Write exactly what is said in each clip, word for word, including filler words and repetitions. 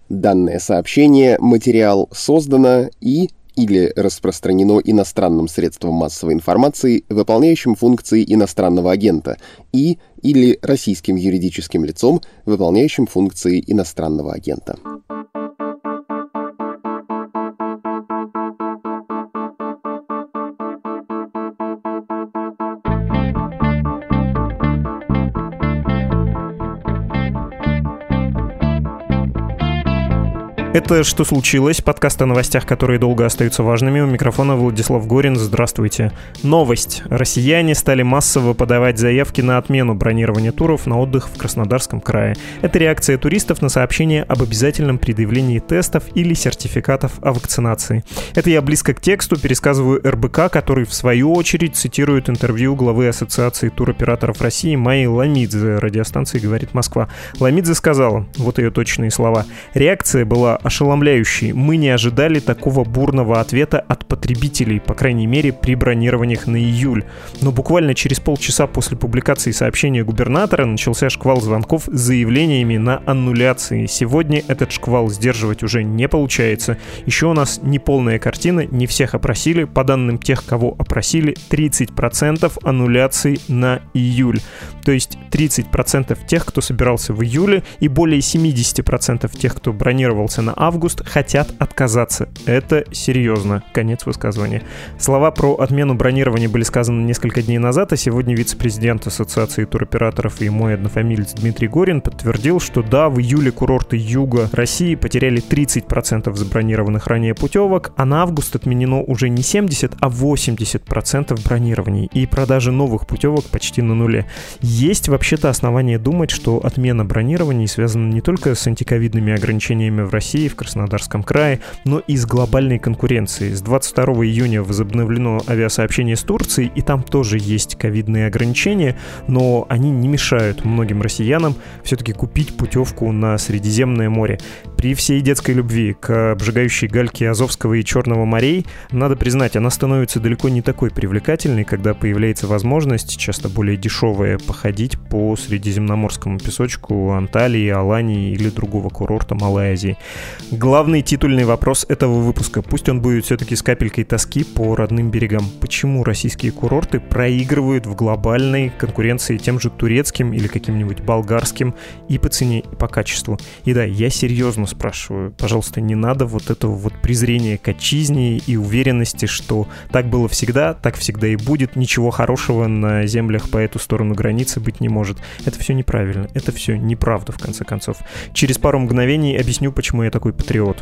Данное сообщение, материал создано и или распространено иностранным средством массовой информации, выполняющим функции иностранного агента, и или российским юридическим лицом, выполняющим функции иностранного агента. Это «Что случилось?» Подкаст о новостях, которые долго остаются важными. У микрофона Владислав Горин. Здравствуйте. Новость. Россияне стали массово подавать заявки на отмену бронирования туров на отдых в Краснодарском крае. Это реакция туристов на сообщение об обязательном предъявлении тестов или сертификатов о вакцинации. Это я близко к тексту пересказываю эр бэ ка, который в свою очередь цитирует интервью главы Ассоциации туроператоров России Майи Ламидзе, радиостанции «Говорит Москва». Ламидзе сказала, вот ее точные слова: «Реакция была ошеломляющий. Мы не ожидали такого бурного ответа от потребителей, по крайней мере, при бронированиях на июль. Но буквально через полчаса после публикации сообщения губернатора начался шквал звонков с заявлениями на аннуляции. Сегодня этот шквал сдерживать уже не получается. Еще у нас неполная картина, не всех опросили. По данным тех, кого опросили, тридцать процентов аннуляций на июль. То есть тридцать процентов тех, кто собирался в июле, и более семьдесят процентов тех, кто бронировался на август, хотят отказаться. Это серьезно». Конец высказывания. Слова про отмену бронирования были сказаны несколько дней назад, а сегодня вице-президент Ассоциации туроператоров и мой однофамилец Дмитрий Горин подтвердил, что да, в июле курорты юга России потеряли тридцать процентов забронированных ранее путевок, а на август отменено уже не семьдесят, а восемьдесят процентов бронирований, и продажи новых путевок почти на нуле. Есть вообще-то основания думать, что отмена бронирований связана не только с антиковидными ограничениями в России, в Краснодарском крае, но и с глобальной конкуренцией. С двадцать второго июня возобновлено авиасообщение с Турцией, и там тоже есть ковидные ограничения, но они не мешают многим россиянам все-таки купить путевку на Средиземное море. При всей детской любви к обжигающей гальке Азовского и Черного морей, надо признать, она становится далеко не такой привлекательной, когда появляется возможность, часто более дешевая, походить по средиземноморскому песочку Анталии, Алании или другого курорта Малой Азии. Главный титульный вопрос этого выпуска, пусть он будет все-таки с капелькой тоски по родным берегам. Почему российские курорты проигрывают в глобальной конкуренции тем же турецким или каким-нибудь болгарским и по цене, и по качеству? И да, я серьезно спрашиваю, пожалуйста, не надо вот этого вот презрения к отчизне и уверенности, что так было всегда, так всегда и будет, ничего хорошего на землях по эту сторону границы быть не может. Это все неправильно, это все неправда, в конце концов. Через пару мгновений объясню, почему я такой патриот.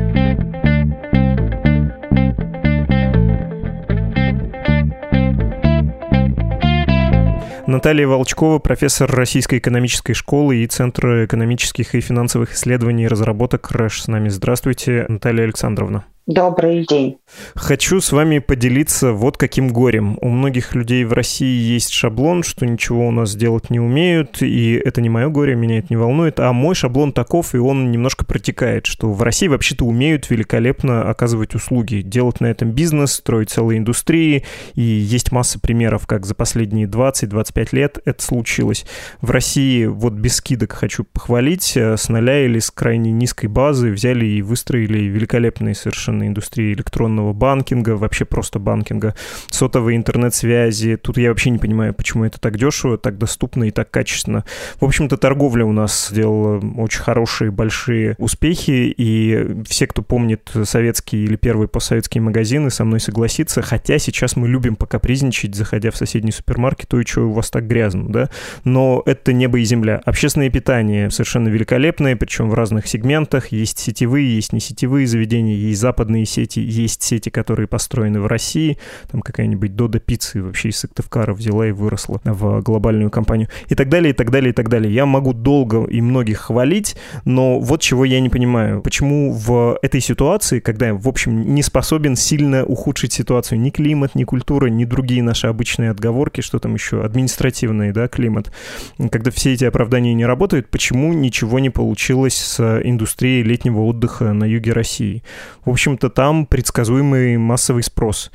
Наталья Волчкова, профессор Российской экономической школы и Центра экономических и финансовых исследований и разработок РЭШ, с нами. Здравствуйте, Наталья Александровна. Добрый день. Хочу с вами поделиться вот каким горем. У многих людей в России есть шаблон, что ничего у нас делать не умеют, и это не мое горе, меня это не волнует, а мой шаблон таков, и он немножко протекает, что в России вообще-то умеют великолепно оказывать услуги, делать на этом бизнес, строить целые индустрии, и есть масса примеров, как за последние двадцать-двадцать пять лет это случилось. В России, вот без скидок хочу похвалить, с нуля или с крайне низкой базы взяли и выстроили великолепные совершенно индустрии электронного банкинга, вообще просто банкинга, сотовой интернет-связи. Тут я вообще не понимаю, почему это так дешево, так доступно и так качественно. В общем-то, торговля у нас сделала очень хорошие, большие успехи, и все, кто помнит советские или первые постсоветские магазины, со мной согласится, хотя сейчас мы любим покапризничать, заходя в соседний супермаркет, ой, что у вас так грязно, да? Но это небо и земля. Общественное питание совершенно великолепное, причем в разных сегментах. Есть сетевые, есть не сетевые заведения, есть западные сети, есть сети, которые построены в России. Там какая-нибудь Додо Пицца вообще из Сыктывкара взяла и выросла в глобальную компанию. И так далее, и так далее, и так далее. Я могу долго и многих хвалить, но вот чего я не понимаю. Почему в этой ситуации, когда я, в общем, не способен сильно ухудшить ситуацию ни климат, ни культура, ни другие наши обычные отговорки, что там еще, административный, да, климат, когда все эти оправдания не работают, почему ничего не получилось с индустрией летнего отдыха на юге России? В общем, общем-то, там предсказуемый массовый спрос.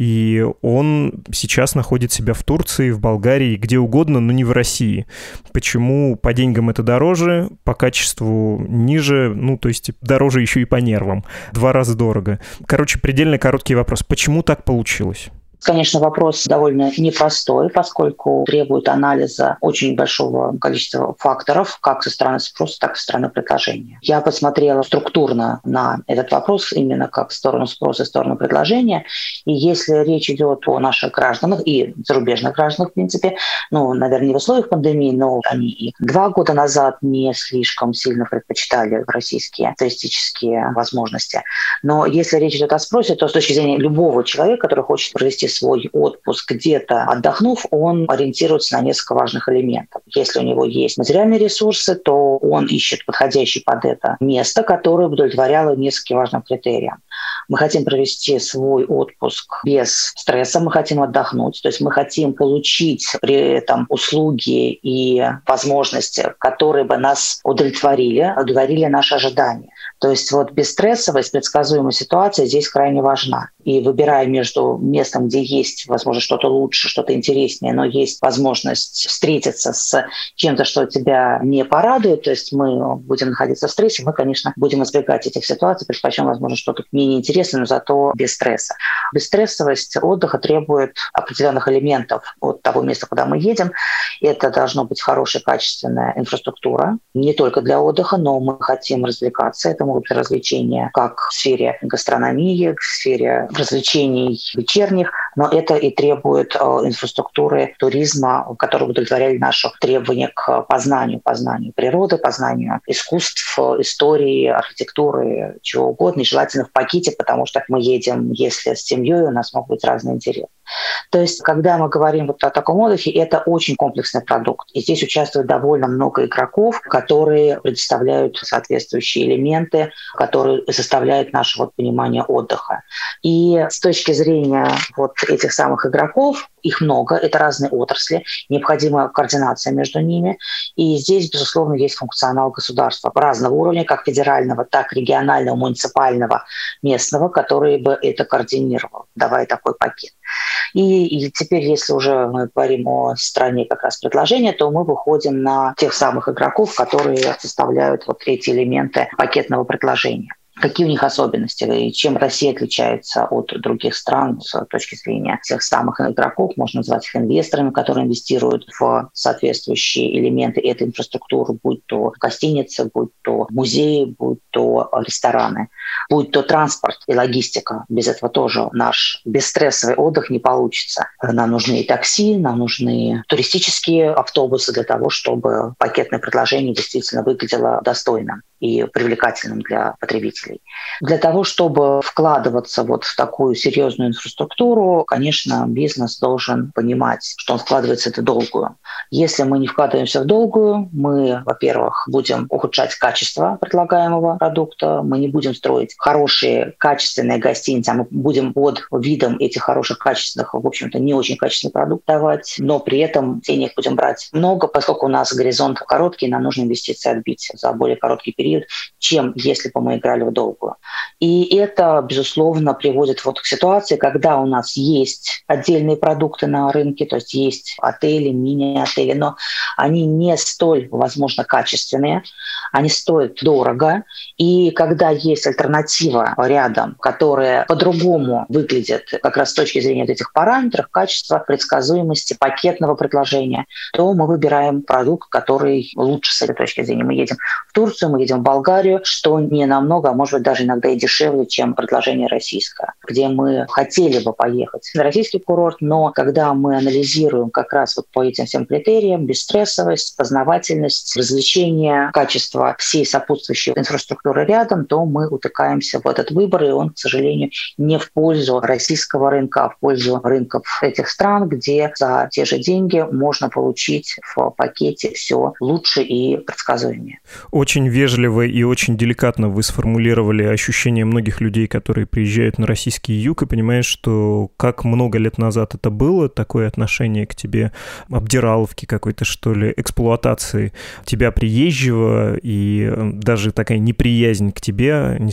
И он сейчас находит себя в Турции, в Болгарии, где угодно, но не в России. Почему по деньгам это дороже, по качеству ниже, ну, то есть дороже еще и по нервам. Два раза дорого. Короче, предельно короткий вопрос. Почему так получилось? Конечно, вопрос довольно непростой, поскольку требует анализа очень большого количества факторов, как со стороны спроса, так и со стороны предложения. Я посмотрела структурно на этот вопрос, именно как в сторону спроса и в сторону предложения. И если речь идет о наших гражданах и зарубежных гражданах, в принципе, ну, наверное, не в условиях пандемии, но они и два года назад не слишком сильно предпочитали российские туристические возможности. Но если речь идет о спросе, то с точки зрения любого человека, который хочет провести свой отпуск где-то отдохнув, он ориентируется на несколько важных элементов. Если у него есть материальные ресурсы, то он ищет подходящее под это место, которое удовлетворяло нескольким важным критериям. Мы хотим провести свой отпуск без стресса, мы хотим отдохнуть, то есть мы хотим получить при этом услуги и возможности, которые бы нас удовлетворили, удовлетворили наши ожидания. То есть вот бесстрессовость, предсказуемая ситуация здесь крайне важна. И выбирая между местом, где есть, возможно, что-то лучше, что-то интереснее, но есть возможность встретиться с чем-то, что тебя не порадует, то есть мы будем находиться в стрессе, мы, конечно, будем избегать этих ситуаций, предпочтем, возможно, что-то менее интересное, но зато без стресса. Бесстрессовость отдыха требует определенных элементов от того места, куда мы едем. Это должна быть хорошая, качественная инфраструктура, не только для отдыха, но мы хотим развлекаться. Это могут быть развлечения как в сфере гастрономии, в сфере развлечений вечерних, но это и требует инфраструктуры туризма, которые удовлетворяли наши требования к познанию, познанию природы, познанию искусств, истории, архитектуры, чего угодно, и желательно в пакете, потому что мы едем, если с семьей, у нас могут быть разные интересы. То есть, когда мы говорим вот о таком отдыхе, это очень комплексный продукт. И здесь участвует довольно много игроков, которые предоставляют соответствующие элементы, которые составляют наше вот понимание отдыха. И с точки зрения вот этих самых игроков, их много, это разные отрасли, необходима координация между ними. И здесь, безусловно, есть функционал государства разного уровня, как федерального, так и регионального, муниципального, местного, который бы это координировал, давая такой пакет. И, и теперь, если уже мы говорим о стране как раз предложения, то мы выходим на тех самых игроков, которые составляют вот эти элементы пакетного предложения. Какие у них особенности и чем Россия отличается от других стран с точки зрения тех самых игроков, можно назвать их инвесторами, которые инвестируют в соответствующие элементы этой инфраструктуры, будь то гостиницы, будь то музеи, будь то рестораны, будь то транспорт и логистика. Без этого тоже наш бесстрессовый отдых не получится. Нам нужны и такси, нам нужны туристические автобусы для того, чтобы пакетное предложение действительно выглядело достойным и привлекательным для потребителей. Для того, чтобы вкладываться вот в такую серьезную инфраструктуру, конечно, бизнес должен понимать, что он вкладывается в долгую. Если мы не вкладываемся в долгую, мы, во-первых, будем ухудшать качество предлагаемого продукта, мы не будем строить хорошие, качественные гостиницы, а мы будем под видом этих хороших, качественных, в общем-то, не очень качественный продукт давать, но при этом денег будем брать много, поскольку у нас горизонт короткий, нам нужно инвестиции отбить за более короткий период, чем если бы мы играли в долгую. И это, безусловно, приводит вот к ситуации, когда у нас есть отдельные продукты на рынке, то есть есть отели, мини-отели, но они не столь, возможно, качественные, они стоят дорого. И когда есть альтернатива рядом, которая по-другому выглядит как раз с точки зрения вот этих параметров, качества, предсказуемости, пакетного предложения, то мы выбираем продукт, который лучше с этой точки зрения. Мы едем в Турцию, мы едем в Болгарию, что не намного, а может быть даже иногда и дешевле, чем предложение российское, где мы хотели бы поехать на российский курорт, но когда мы анализируем как раз вот по этим всем критериям, бесстрессовость, познавательность, развлечение, качество всей сопутствующей инфраструктуры рядом, то мы утыкаемся в этот выбор, и он, к сожалению, не в пользу российского рынка, а в пользу рынков этих стран, где за те же деньги можно получить в пакете все лучше и предсказуемее. Очень вежливо и очень деликатно вы сформулировали ощущения многих людей, которые приезжают на российский юг, и понимаешь, что как много лет назад это было, такое отношение к тебе, обдираловки какой-то, что ли, эксплуатации тебя приезжего, и даже такая неприязнь к тебе, несмотря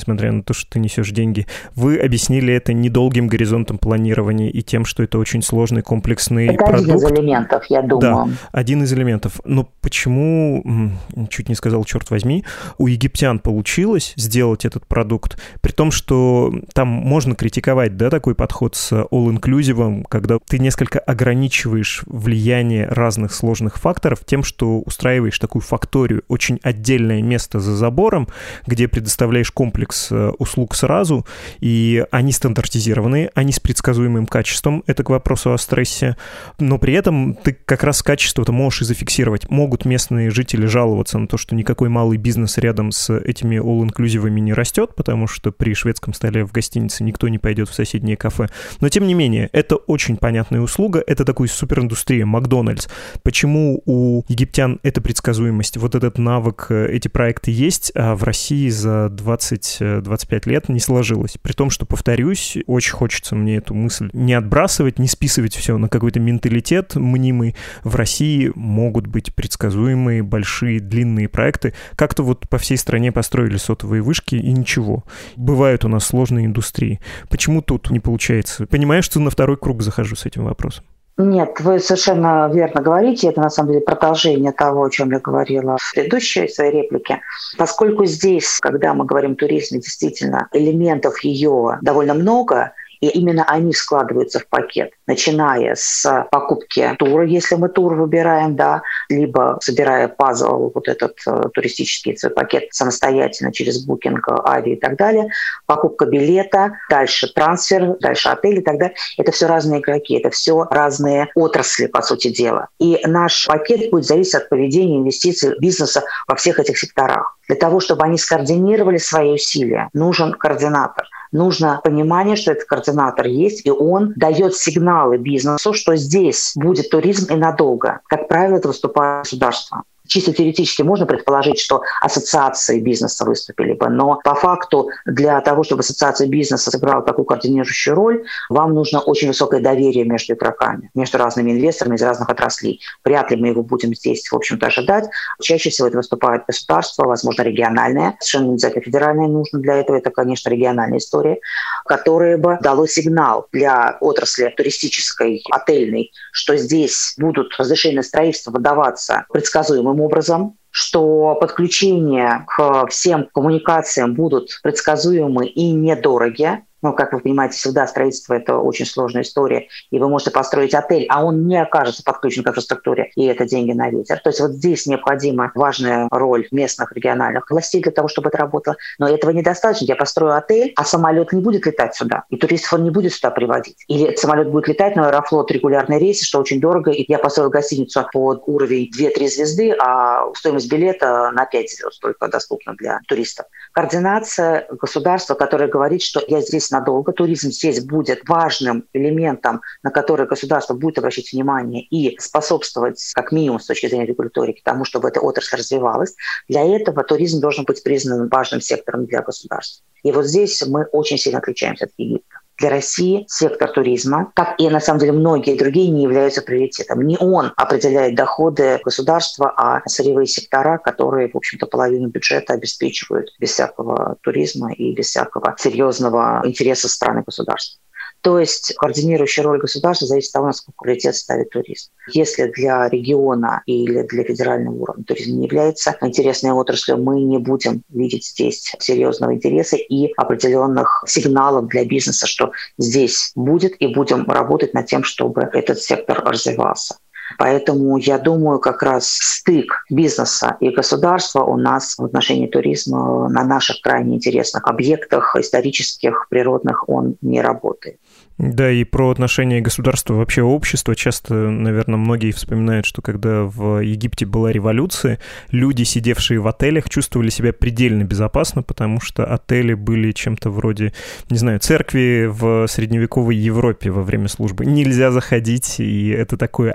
несмотря на то, что ты несешь деньги. Вы объяснили это недолгим горизонтом планирования и тем, что это очень сложный комплексный это продукт. Это один из элементов, я думаю. Да, один из элементов. Но почему, чуть не сказал, черт возьми, у египтян получилось сделать этот продукт, при том, что там можно критиковать, да, такой подход с all-inclusive, когда ты несколько ограничиваешь влияние разных сложных факторов тем, что устраиваешь такую факторию, очень отдельное место за забором, где предоставляешь комплекс услуг сразу, и они стандартизированные, они с предсказуемым качеством, это к вопросу о стрессе, но при этом ты как раз качество-то можешь и зафиксировать. Могут местные жители жаловаться на то, что никакой малый бизнес рядом с этими all-inclusiv'ами не растет, потому что при шведском столе в гостинице никто не пойдет в соседнее кафе. Но тем не менее, это очень понятная услуга, это такой супериндустрия, Макдональдс. Почему у египтян эта предсказуемость, вот этот навык, эти проекты есть, а в России за двадцать-двадцать пять лет не сложилось? При том, что, повторюсь, очень хочется мне эту мысль не отбрасывать, не списывать все на какой-то менталитет мнимый. В России могут быть предсказуемые, большие, длинные проекты. Как-то вот по всей стране построили сотовые вышки, и ничего. Бывают у нас сложные индустрии. Почему тут не получается? Понимаешь, что на второй круг захожу с этим вопросом? Нет, вы совершенно верно говорите. Это, на самом деле, продолжение того, о чем я говорила в предыдущей своей реплике. Поскольку здесь, когда мы говорим о туризме, действительно, элементов ее довольно много, и именно они складываются в пакет, начиная с покупки тура, если мы тур выбираем, да, либо собирая пазл, вот этот э, туристический свой пакет самостоятельно через букинг, ави и так далее, покупка билета, дальше трансфер, дальше отель и так далее. Это все разные игроки, это все разные отрасли, по сути дела. И наш пакет будет зависеть от поведения инвестиций бизнеса во всех этих секторах. Для того, чтобы они скоординировали свои усилия, нужен координатор. Нужно понимание, что этот координатор есть, и он дает сигналы бизнесу, что здесь будет туризм и надолго. Как правило, это выступает государство. Чисто теоретически можно предположить, что ассоциации бизнеса выступили бы, но по факту для того, чтобы ассоциация бизнеса сыграла такую координирующую роль, вам нужно очень высокое доверие между игроками, между разными инвесторами из разных отраслей. Вряд ли мы его будем здесь, в общем-то, ожидать. Чаще всего это выступает государство, возможно, региональное. Совершенно не обязательно федеральное нужно для этого. Это, конечно, региональная история, которая бы дала сигнал для отрасли туристической, отельной, что здесь будут разрешения на строительство выдаваться предсказуемым образом, что подключения к всем коммуникациям будут предсказуемы и недорогие. Но, как вы понимаете, всегда строительство – это очень сложная история, и вы можете построить отель, а он не окажется подключен к инфраструктуре, и это деньги на ветер. То есть вот здесь необходима важная роль местных региональных властей для того, чтобы это работало. Но этого недостаточно. Я построю отель, а самолет не будет летать сюда, и туристов он не будет сюда приводить. Или самолет будет летать, но Аэрофлот регулярные рейсы, что очень дорого, и я построил гостиницу под уровень две-три звезды, а стоимость билета на пять звезд только доступна для туристов. Координация государства, которое говорит, что я здесь надолго, туризм здесь будет важным элементом, на который государство будет обращать внимание и способствовать, как минимум с точки зрения регуляторики, тому, чтобы эта отрасль развивалась. Для этого туризм должен быть признан важным сектором для государства. И вот здесь мы очень сильно отличаемся от Египта. Для России сектор туризма, как и на самом деле многие другие, не являются приоритетом. Не он определяет доходы государства, а сырьевые сектора, которые, в общем-то, половину бюджета обеспечивают без всякого туризма и без всякого серьезного интереса страны государства. То есть координирующая роль государства зависит от того, насколько приоритет ставит туризм. Если для региона или для федерального уровня туризм не является интересной отраслью, мы не будем видеть здесь серьезного интереса и определенных сигналов для бизнеса, что здесь будет, и будем работать над тем, чтобы этот сектор развивался. Поэтому я думаю, как раз стык бизнеса и государства у нас в отношении туризма на наших крайне интересных объектах исторических, природных он не работает. Да, и про отношения государства вообще общества часто, наверное, многие вспоминают, что когда в Египте была революция, люди, сидевшие в отелях, чувствовали себя предельно безопасно, потому что отели были чем-то вроде, не знаю, церкви в средневековой Европе во время службы. Нельзя заходить, и это такое отдельное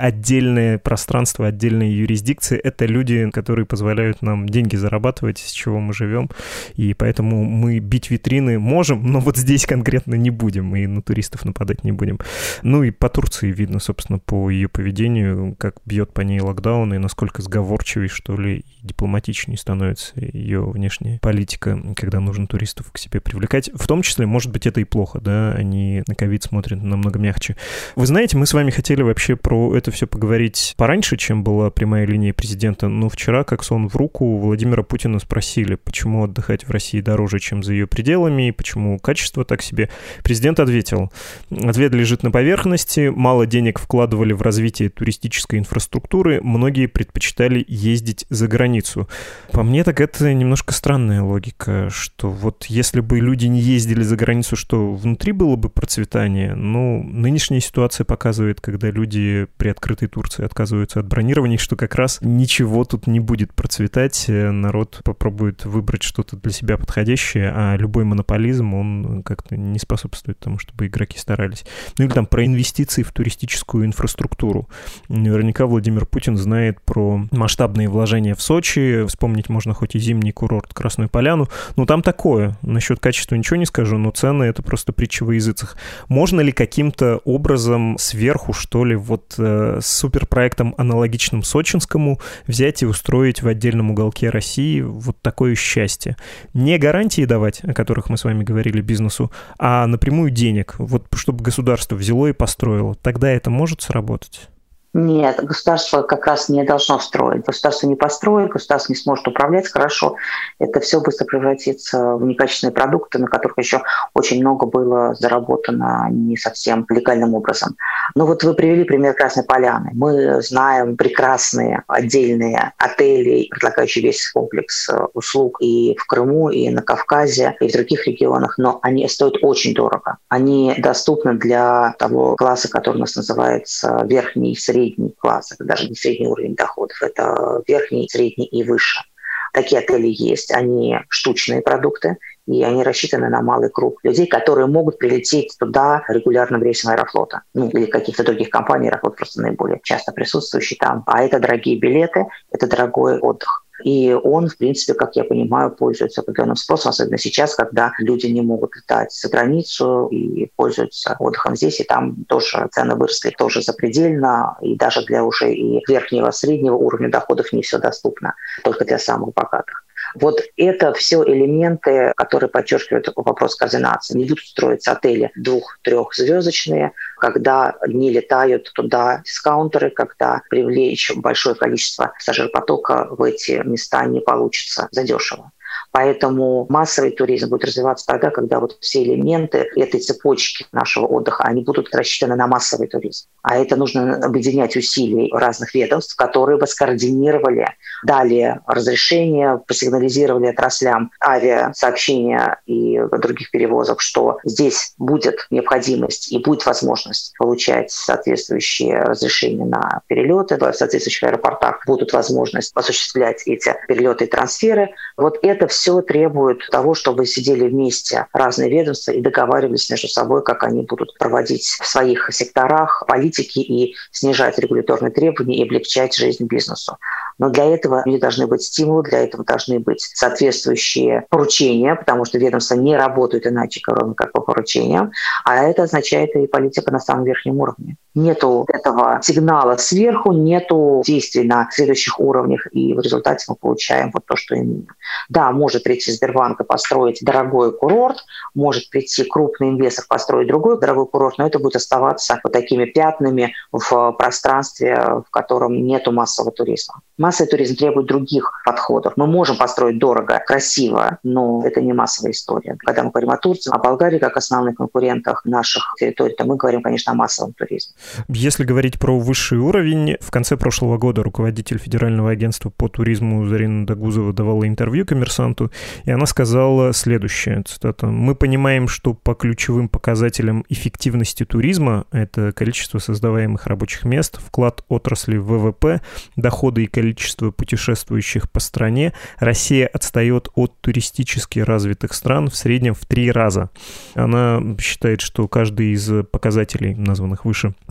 отдельное пространство, отдельная юрисдикция. Это люди, которые позволяют нам деньги зарабатывать, с чего мы живем. И поэтому мы бить витрины можем, но вот здесь конкретно не будем, и на туристов нападать не будем. Ну и по Турции видно, собственно, по ее поведению, как бьет по ней локдаун, и насколько сговорчивее, что ли, и дипломатичнее становится ее внешняя политика, когда нужно туристов к себе привлекать. В том числе, может быть, это и плохо, да, они на ковид смотрят намного мягче. Вы знаете, мы с вами хотели вообще про это все поговорить пораньше, чем была прямая линия президента, но вчера, как сон в руку, Владимира Путина спросили, почему отдыхать в России дороже, чем за ее пределами, и почему качество так себе. Президент ответил. Ответ лежит на поверхности. Мало денег вкладывали в развитие туристической инфраструктуры, многие предпочитали ездить за границу. По мне, так это немножко странная логика, что вот если бы люди не ездили за границу, что внутри было бы процветание. Ну, нынешняя ситуация показывает, когда люди при открытой Турции отказываются от бронирований, что как раз ничего тут не будет процветать. Народ попробует выбрать что-то для себя подходящее, а любой монополизм, он как-то не способствует тому, чтобы игроки старались. Ну или там про инвестиции в туристическую инфраструктуру. Наверняка Владимир Путин знает про масштабные вложения в Сочи. Вспомнить можно хоть и зимний курорт Красную Поляну. Ну там такое. Насчет качества ничего не скажу, но цены — это просто притча во языцах. Можно ли каким-то образом сверху, что ли, вот э, с суперпроектом, аналогичным сочинскому, взять и устроить в отдельном уголке России вот такое счастье? Не гарантии давать, о которых мы с вами говорили, бизнесу, а напрямую денег, вот чтобы государство взяло и построило. Тогда это может сработать? Нет, государство как раз не должно строить. Государство не построит, государство не сможет управлять хорошо. Это все быстро превратится в некачественные продукты, на которых еще очень много было заработано не совсем легальным образом. Но вот вы привели пример Красной Поляны. Мы знаем прекрасные отдельные отели, предлагающие весь комплекс услуг и в Крыму, и на Кавказе, и в других регионах, но они стоят очень дорого. Они доступны для того класса, который у нас называется верхний и средний класс, это даже не средний уровень доходов, это верхний, средний и выше. Такие отели есть, они штучные продукты, и они рассчитаны на малый круг людей, которые могут прилететь туда регулярным рейсом Аэрофлота. Ну, или каких-то других компаний, Аэрофлот просто наиболее часто присутствующий там. А это дорогие билеты, это дорогой отдых. И он, в принципе, как я понимаю, пользуется определенным спросом, особенно сейчас, когда люди не могут летать за границу и пользуются отдыхом здесь, и там тоже цены выросли тоже запредельно, и даже для уже и верхнего, среднего уровня доходов не все доступно, только для самых богатых. Вот это все элементы, которые подчеркивают вопрос координации. Не будут строиться отели двух-трехзвездочные, когда не летают туда дискаунтеры, когда привлечь большое количество пассажиропотока в эти места не получится задешево. Поэтому массовый туризм будет развиваться тогда, когда вот все элементы этой цепочки нашего отдыха, они будут рассчитаны на массовый туризм. А это нужно объединять усилия разных ведомств, которые бы скоординировали, дали разрешение, посигнализировали отраслям авиасообщения и других перевозок, что здесь будет необходимость и будет возможность получать соответствующие разрешения на перелеты, в соответствующих аэропортах будут возможность осуществлять эти перелеты и трансферы. Вот это все все требует того, чтобы сидели вместе разные ведомства и договаривались между собой, как они будут проводить в своих секторах политики и снижать регуляторные требования и облегчать жизнь бизнесу. Но для этого не должны быть стимулы, для этого должны быть соответствующие поручения, потому что ведомства не работают иначе, кроме как по поручениям, а это означает и политика на самом верхнем уровне. Нету этого сигнала сверху, нету действий на следующих уровнях, и в результате мы получаем вот то, что именно. Да, может прийти Сбербанк и построить дорогой курорт, может прийти крупный инвестор построить другой дорогой курорт, но это будет оставаться вот такими пятнами в пространстве, в котором нету массового туризма. Массовый туризм требует других подходов. Мы можем построить дорого, красиво, но это не массовая история. Когда мы говорим о Турции, о Болгарии как основных конкурентах наших территорий, то мы говорим, конечно, о массовом туризме. Если говорить про высший уровень, в конце прошлого года руководитель Федерального агентства по туризму Зарина Дагузова давала интервью «Коммерсанту», и она сказала следующее, цитата: «Мы понимаем, что по ключевым показателям эффективности туризма, это количество создаваемых рабочих мест, вклад отрасли в вэ вэ пэ, доходы и количество путешествующих по стране, Россия отстает от туристически развитых стран в среднем в три раза». Она считает, что каждый из показателей, названных выше,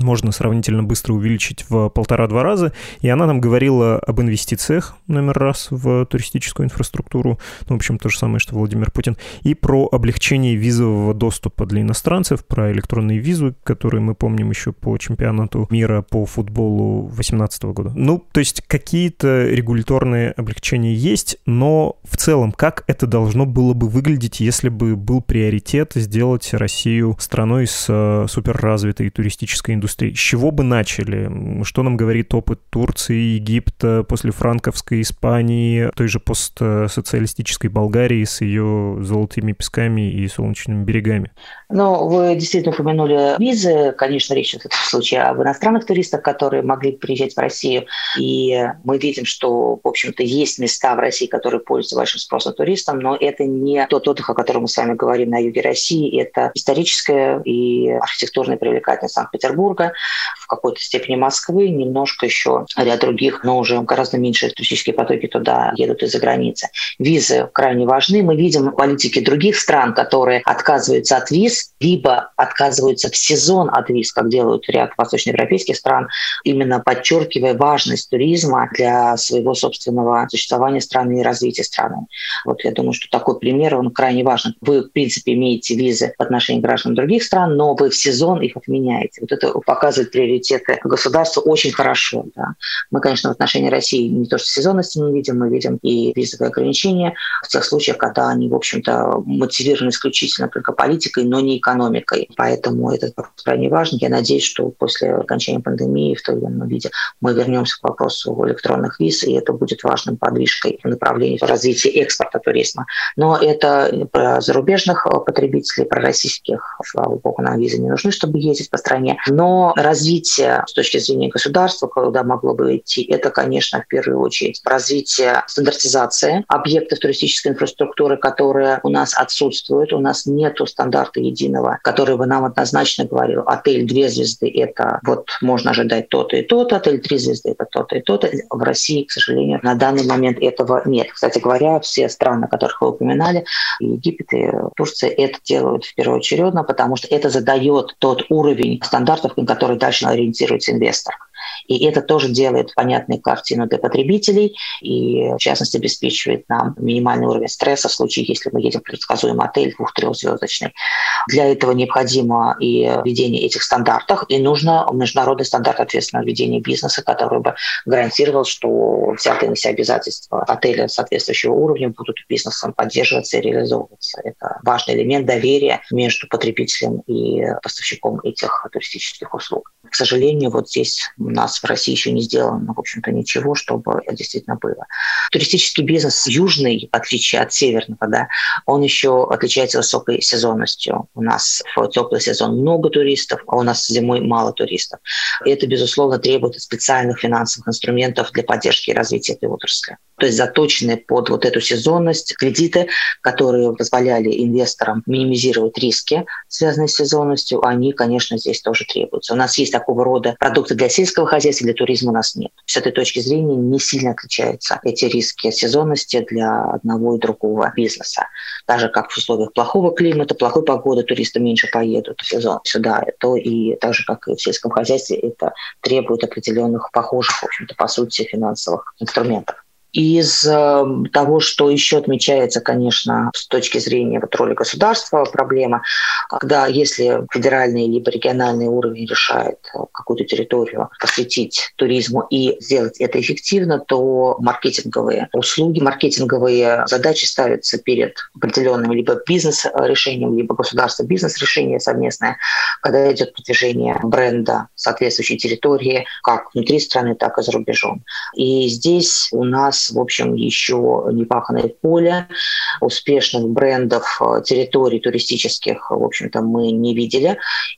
можно сравнительно быстро увеличить в полтора-два раза. И она нам говорила об инвестициях, номер раз, в туристическую инфраструктуру. Ну, в общем, то же самое, что Владимир Путин. И про облегчение визового доступа для иностранцев, про электронные визы, которые мы помним еще по чемпионату мира по футболу две тысячи восемнадцатого года. Ну, то есть какие-то регуляторные облегчения есть, но в целом, как это должно было бы выглядеть, если бы был приоритет сделать Россию страной с э, суперразвитой туристической индустрией? С чего бы начали? Что нам говорит опыт Турции, Египта, после франковской Испании, той же постсоциалистической Болгарии с ее золотыми песками и солнечными берегами? Ну, вы действительно упомянули визы. Конечно, речь идет в этом случае об иностранных туристах, которые могли приезжать в Россию. И мы видим, что, в общем-то, есть места в России, которые пользуются большим спросом туристам, но это не тот отдых, о котором мы с вами говорим на юге России. Это историческая и архитектурная привлекательность Санкт-Петербурга, в какой-то степени Москвы, немножко еще ряд других, но уже гораздо меньше туристические потоки туда едут из-за границы. Визы крайне важны. Мы видим политики других стран, которые отказываются от виз, либо отказываются в сезон от виз, как делают ряд восточноевропейских стран, именно подчеркивая важность туризма для своего собственного существования страны и развития страны. Вот я думаю, что такой пример, он крайне важен. Вы, в принципе, имеете визы в отношении граждан других стран, но вы в сезон их отменяете. Вот это показывает приоритеты государства очень хорошо. Да. Мы, конечно, в отношении России не то что сезонности не видим, мы видим и визовые ограничения в тех случаях, когда они, в общем-то, мотивированы исключительно только политикой, но не экономикой. Поэтому этот вопрос крайне важен. Я надеюсь, что после окончания пандемии в том или ином виде мы вернемся к вопросу электронных виз, и это будет важным подвижкой в направлении развития экспорта туризма. Но это про зарубежных потребителей, про российских, слава богу, нам визы не нужны, чтобы ездить по стране. Но развитие с точки зрения государства, куда могло бы идти, это, конечно, в первую очередь развитие стандартизации объектов туристической инфраструктуры, которые у нас отсутствуют. У нас нету стандарта единого, который бы нам однозначно говорил: отель две звезды — это вот можно ожидать то-то и то-то, отель три звезды — это то-то и то-то. В России, к сожалению, на данный момент этого нет. Кстати говоря, все страны, которых вы упоминали, и Египет, и Турция, это делают в первоочередно, потому что это задает тот уровень стандартов, на который дальше ориентируется инвестор. И это тоже делает понятную картину для потребителей и, в частности, обеспечивает нам минимальный уровень стресса в случае, если мы едем в предсказуемый отель двух-трехзвездочный. Для этого необходимо и введение этих стандартов, и нужно международный стандарт ответственного ведения бизнеса, который бы гарантировал, что взятые на себя обязательства отеля соответствующего уровня будут бизнесом поддерживаться и реализовываться. Это важный элемент доверия между потребителем и поставщиком этих туристических услуг. К сожалению, вот здесь у нас в России еще не сделано, в общем-то, ничего, чтобы это действительно было. Туристический бизнес южный, в отличие от северного, да, он еще отличается высокой сезонностью. У нас в теплый сезон много туристов, а у нас зимой мало туристов. И это, безусловно, требует специальных финансовых инструментов для поддержки и развития этой отрасли. То есть заточенные под вот эту сезонность кредиты, которые позволяли инвесторам минимизировать риски, связанные с сезонностью, они, конечно, здесь тоже требуются. У нас есть такого рода продукты для сельского хозяйства, для туризма у нас нет. С этой точки зрения не сильно отличаются эти риски сезонности для одного и другого бизнеса. Даже как в условиях плохого климата, плохой погоды туристы меньше поедут в сезон сюда, то и так же, как и в сельском хозяйстве, это требует определенных похожих, в общем-то, по сути, финансовых инструментов. Из э, того, что еще отмечается, конечно, с точки зрения вот роли государства, проблема, когда если федеральный либо региональный уровень решает какую-то территорию посвятить туризму и сделать это эффективно, то маркетинговые услуги, маркетинговые задачи ставятся перед определенным либо бизнес-решением, либо государство-бизнес-решение совместное, когда идет продвижение бренда соответствующей территории как внутри страны, так и за рубежом. И здесь у нас, в общем, еще непаханное поле. Успешных брендов территорий туристических, в общем-то, мы не видели,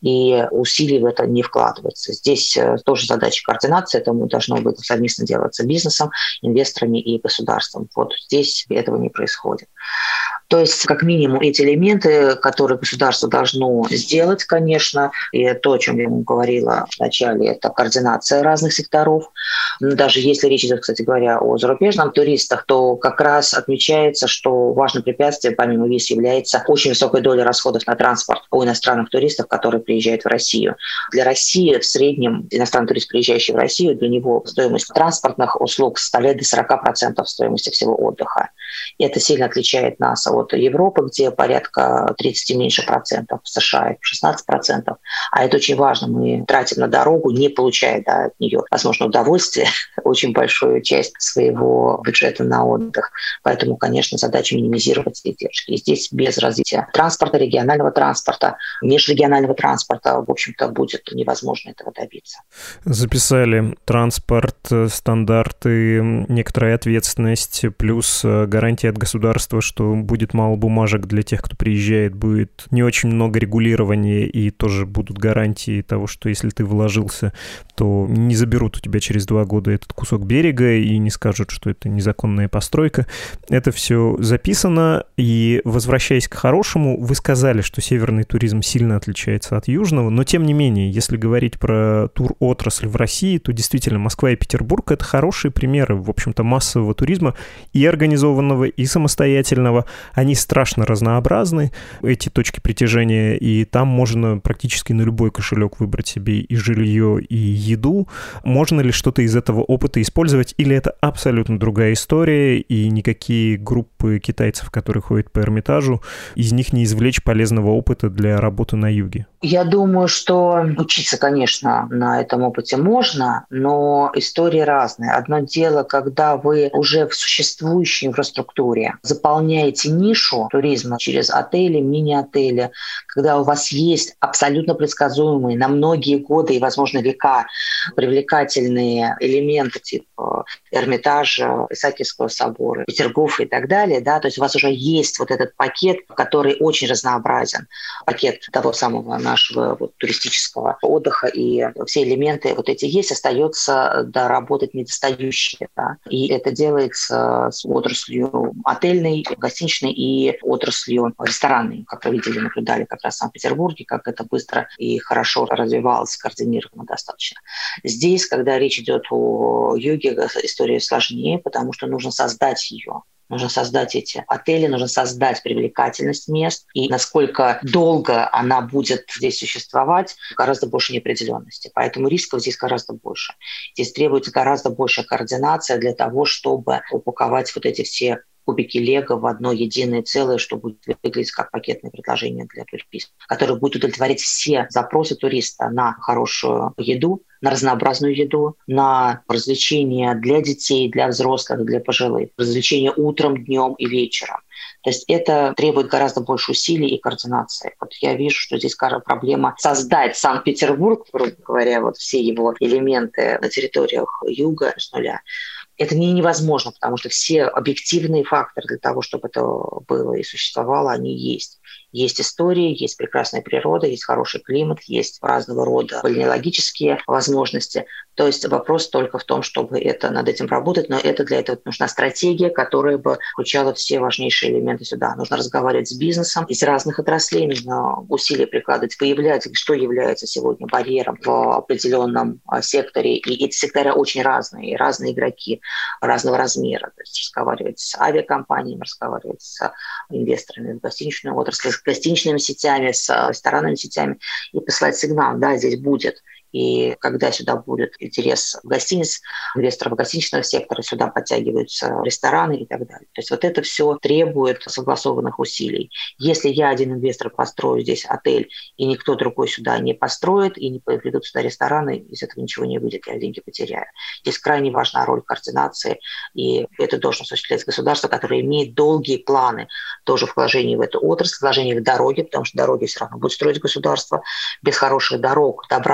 и усилий в это не вкладывается. Здесь тоже задача координации, это должно быть совместно делаться бизнесом, инвесторами и государством. Вот здесь этого не происходит. То есть, как минимум, эти элементы, которые государство должно сделать, конечно, и то, о чем я вам говорила вначале, это координация разных секторов. Даже если речь идет, кстати говоря, о зарубежных туристах, то как раз отмечается, что важным препятствием, помимо виз, является очень высокая доля расходов на транспорт у иностранных туристов, которые приезжают в Россию. Для России в среднем иностранный турист, приезжающий в Россию, для него стоимость транспортных услуг составляет до сорок процентов стоимости всего отдыха. И это сильно отличает нас от Европы, где порядка тридцать меньше процентов, в США шестнадцать процентов. А это очень важно. Мы тратим на дорогу, не получая да, от нее, возможно, удовольствие, очень большую часть своего бюджета на отдых. Поэтому, конечно, задача минимизировать издержки. И здесь без развития транспорта, регионального транспорта, межрегионального транспорта, в общем-то, будет невозможно этого добиться. Записали транспорт, стандарты, некоторая ответственность, плюс гарантия от государства, что будет мало бумажек для тех, кто приезжает, будет не очень много регулирования, и тоже будут гарантии того, что если ты вложился, то не заберут у тебя через два года этот кусок берега и не скажут, что это незаконная постройка. Это все записано, и, возвращаясь к хорошему, вы сказали, что северный туризм сильно отличается от южного, но тем не менее, если говорить про тур-отрасль в России, то действительно Москва и Петербург — это хорошие примеры, в общем-то, массового туризма, и организованного, и самостоятельного. Они страшно разнообразны, эти точки притяжения, и там можно практически на любой кошелек выбрать себе и жилье, и еду. Можно ли что-то из этого опыта использовать, или это абсолютно другая история, и никакие группы китайцев, которые ходят по Эрмитажу, из них не извлечь полезного опыта для работы на юге? Я думаю, что учиться, конечно, на этом опыте можно, но истории разные. Одно дело, когда вы уже в существующей инфраструктуре заполняете нишу туризма через отели, мини-отели, когда у вас есть абсолютно предсказуемые на многие годы и, возможно, века привлекательные элементы типа Эрмитажа, Исаакиевского собора, Петергофа и так далее, да, то есть у вас уже есть вот этот пакет, который очень разнообразен, пакет того самого нашего вот, туристического отдыха, и все элементы вот эти есть, остается доработать недостающие, да, и это делается с отраслью отельной, гостиничной и отраслью ресторанной, как вы видели, наблюдали как раз в Санкт-Петербурге, как это быстро и хорошо развивалось, координированно достаточно. Здесь, когда речь идет о юге, история сложнее, потому что нужно создать ее. Нужно создать эти отели, нужно создать привлекательность мест. И насколько долго она будет здесь существовать, гораздо больше неопределенности. Поэтому рисков здесь гораздо больше. Здесь требуется гораздо большая координация для того, чтобы упаковать вот эти все кубики лего в одно единое целое, что будет выглядеть как пакетное предложение для туристов, которое будет удовлетворять все запросы туриста на хорошую еду, на разнообразную еду, на развлечения для детей, для взрослых, для пожилых, развлечения утром, днем и вечером. То есть это требует гораздо больше усилий и координации. Вот я вижу, что здесь проблема создать Санкт-Петербург, грубо говоря, вот все его элементы на территориях юга с нуля. Это не невозможно, потому что все объективные факторы для того, чтобы это было и существовало, они есть. Есть история, есть прекрасная природа, есть хороший климат, есть разного рода бальнеологические возможности. То есть вопрос только в том, чтобы это, над этим работать, но это для этого нужна стратегия, которая бы включала все важнейшие элементы сюда. Нужно разговаривать с бизнесом из разных отраслей, нужно усилия прикладывать, выявлять, что является сегодня барьером в определенном секторе. И эти сектора очень разные, и разные игроки разного размера. То есть разговаривать с авиакомпаниями, разговаривать с инвесторами в гостиничную отрасль, с гостиничными сетями, с ресторанными сетями и послать сигнал, да, здесь будет. И когда сюда будет интерес гостиниц, инвесторов гостиничного сектора, сюда подтягиваются рестораны и так далее. То есть вот это все требует согласованных усилий. Если я один инвестор построю здесь отель, и никто другой сюда не построит, и не приведут сюда рестораны, из этого ничего не выйдет, я деньги потеряю. Здесь крайне важна роль координации, и это должно осуществлять государство, которое имеет долгие планы тоже вложений в эту отрасль, вложений в дороги, потому что дороги все равно будет строить государство. Без хороших дорог добраться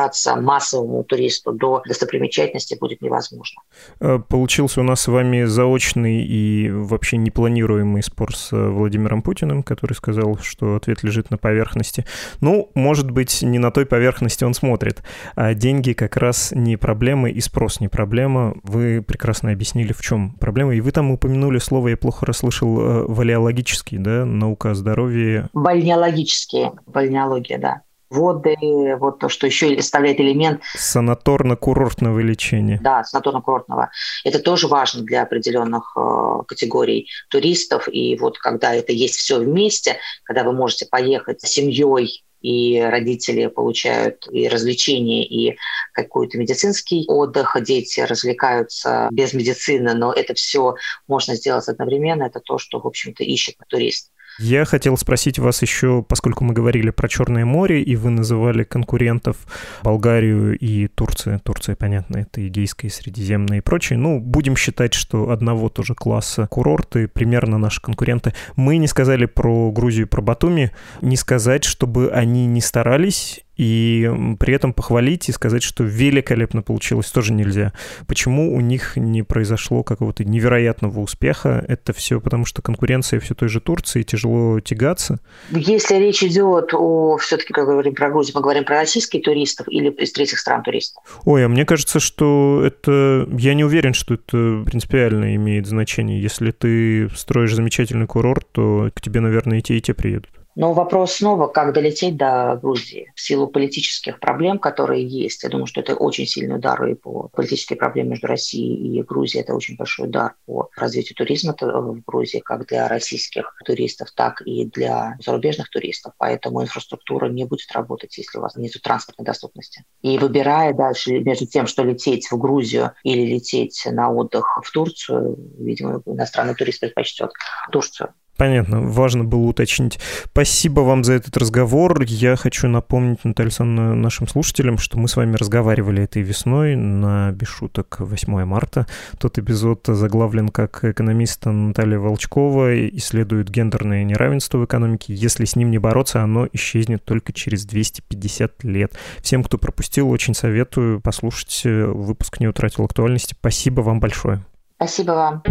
массовому туристу до достопримечательности будет невозможно. Получился у нас с вами заочный и вообще непланируемый спор с Владимиром Путиным, который сказал, что ответ лежит на поверхности. Ну, может быть, не на той поверхности он смотрит, а деньги как раз не проблема и спрос не проблема. Вы прекрасно объяснили, в чем проблема. И вы там упомянули слово, я плохо расслышал, валеологический, да, наука о здоровье. Бальнеологические, бальнеология, да. Воды, вот то, что еще составляет элемент... Санаторно-курортного лечения. Да, санаторно-курортного. Это тоже важно для определенных э, категорий туристов. И вот когда это есть все вместе, когда вы можете поехать с семьей, и родители получают и развлечения, и какой-то медицинский отдых, дети развлекаются без медицины, но это все можно сделать одновременно. Это то, что, в общем-то, ищет турист. Я хотел спросить вас еще, поскольку мы говорили про Черное море, и вы называли конкурентов Болгарию и Турцию. Турция, понятно, это Эгейское, Средиземное и прочее. Ну, будем считать, что одного тоже класса курорты примерно наши конкуренты. Мы не сказали про Грузию, про Батуми, не сказать, чтобы они не старались, и при этом похвалить и сказать, что великолепно получилось, тоже нельзя. Почему у них не произошло какого-то невероятного успеха? Это все потому, что конкуренция все той же Турции, тяжело тягаться? Если речь идет о, все-таки, как говорим про Грузию, мы говорим про российских туристов или из третьих стран туристов? Ой, а мне кажется, что это... Я не уверен, что это принципиально имеет значение. Если ты строишь замечательный курорт, то к тебе, наверное, и те, и те приедут. Но вопрос снова, как долететь до Грузии в силу политических проблем, которые есть. Я думаю, что это очень сильный удар и по политическим проблемам между Россией и Грузией. Это очень большой удар по развитию туризма в Грузии, как для российских туристов, так и для зарубежных туристов. Поэтому инфраструктура не будет работать, если у вас нет транспортной доступности. И выбирая дальше между тем, что лететь в Грузию или лететь на отдых в Турцию, видимо, иностранный турист предпочтет Турцию. Понятно, важно было уточнить. Спасибо вам за этот разговор. Я хочу напомнить, Наталья Александровна, нашим слушателям, что мы с вами разговаривали этой весной на «Без шуток» восьмое марта. Тот эпизод заглавлен как «Экономист Наталья Волчкова исследует гендерное неравенство в экономике. Если с ним не бороться, оно исчезнет только через двести пятьдесят лет». Всем, кто пропустил, очень советую послушать. Выпуск не утратил актуальности. Спасибо вам большое. Спасибо вам.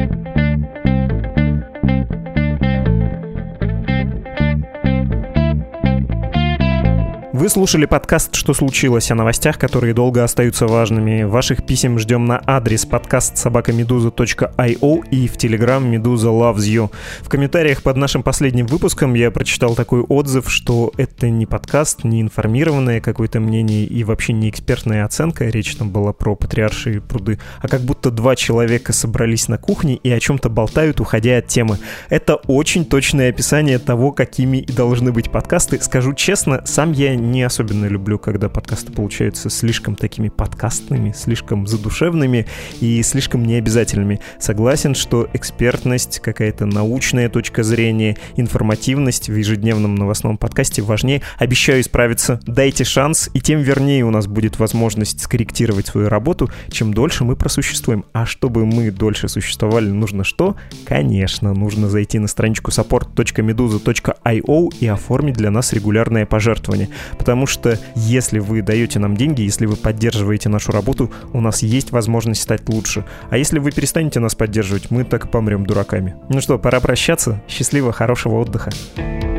Вы слушали подкаст «Что случилось?» о новостях, которые долго остаются важными. Ваших писем ждем на адрес подкаст собака медуза точка ай о и в телеграм Медуза loves you. В комментариях под нашим последним выпуском я прочитал такой отзыв, что это не подкаст, не информированное какое-то мнение и вообще не экспертная оценка, речь там была про Патриаршие пруды, а как будто два человека собрались на кухне и о чем-то болтают, уходя от темы. Это очень точное описание того, какими и должны быть подкасты. Скажу честно, сам я не особенно люблю, когда подкасты получаются слишком такими подкастными, слишком задушевными и слишком необязательными. Согласен, что экспертность, какая-то научная точка зрения, информативность в ежедневном новостном подкасте важнее. Обещаю исправиться. Дайте шанс, и тем вернее у нас будет возможность скорректировать свою работу, чем дольше мы просуществуем. А чтобы мы дольше существовали, нужно что? Конечно, нужно зайти на страничку саппорт точка медуза точка ай о и оформить для нас регулярное пожертвование. Потому что если вы даете нам деньги, если вы поддерживаете нашу работу, у нас есть возможность стать лучше. А если вы перестанете нас поддерживать, мы так и помрем дураками. Ну что, пора прощаться. Счастливо, хорошего отдыха.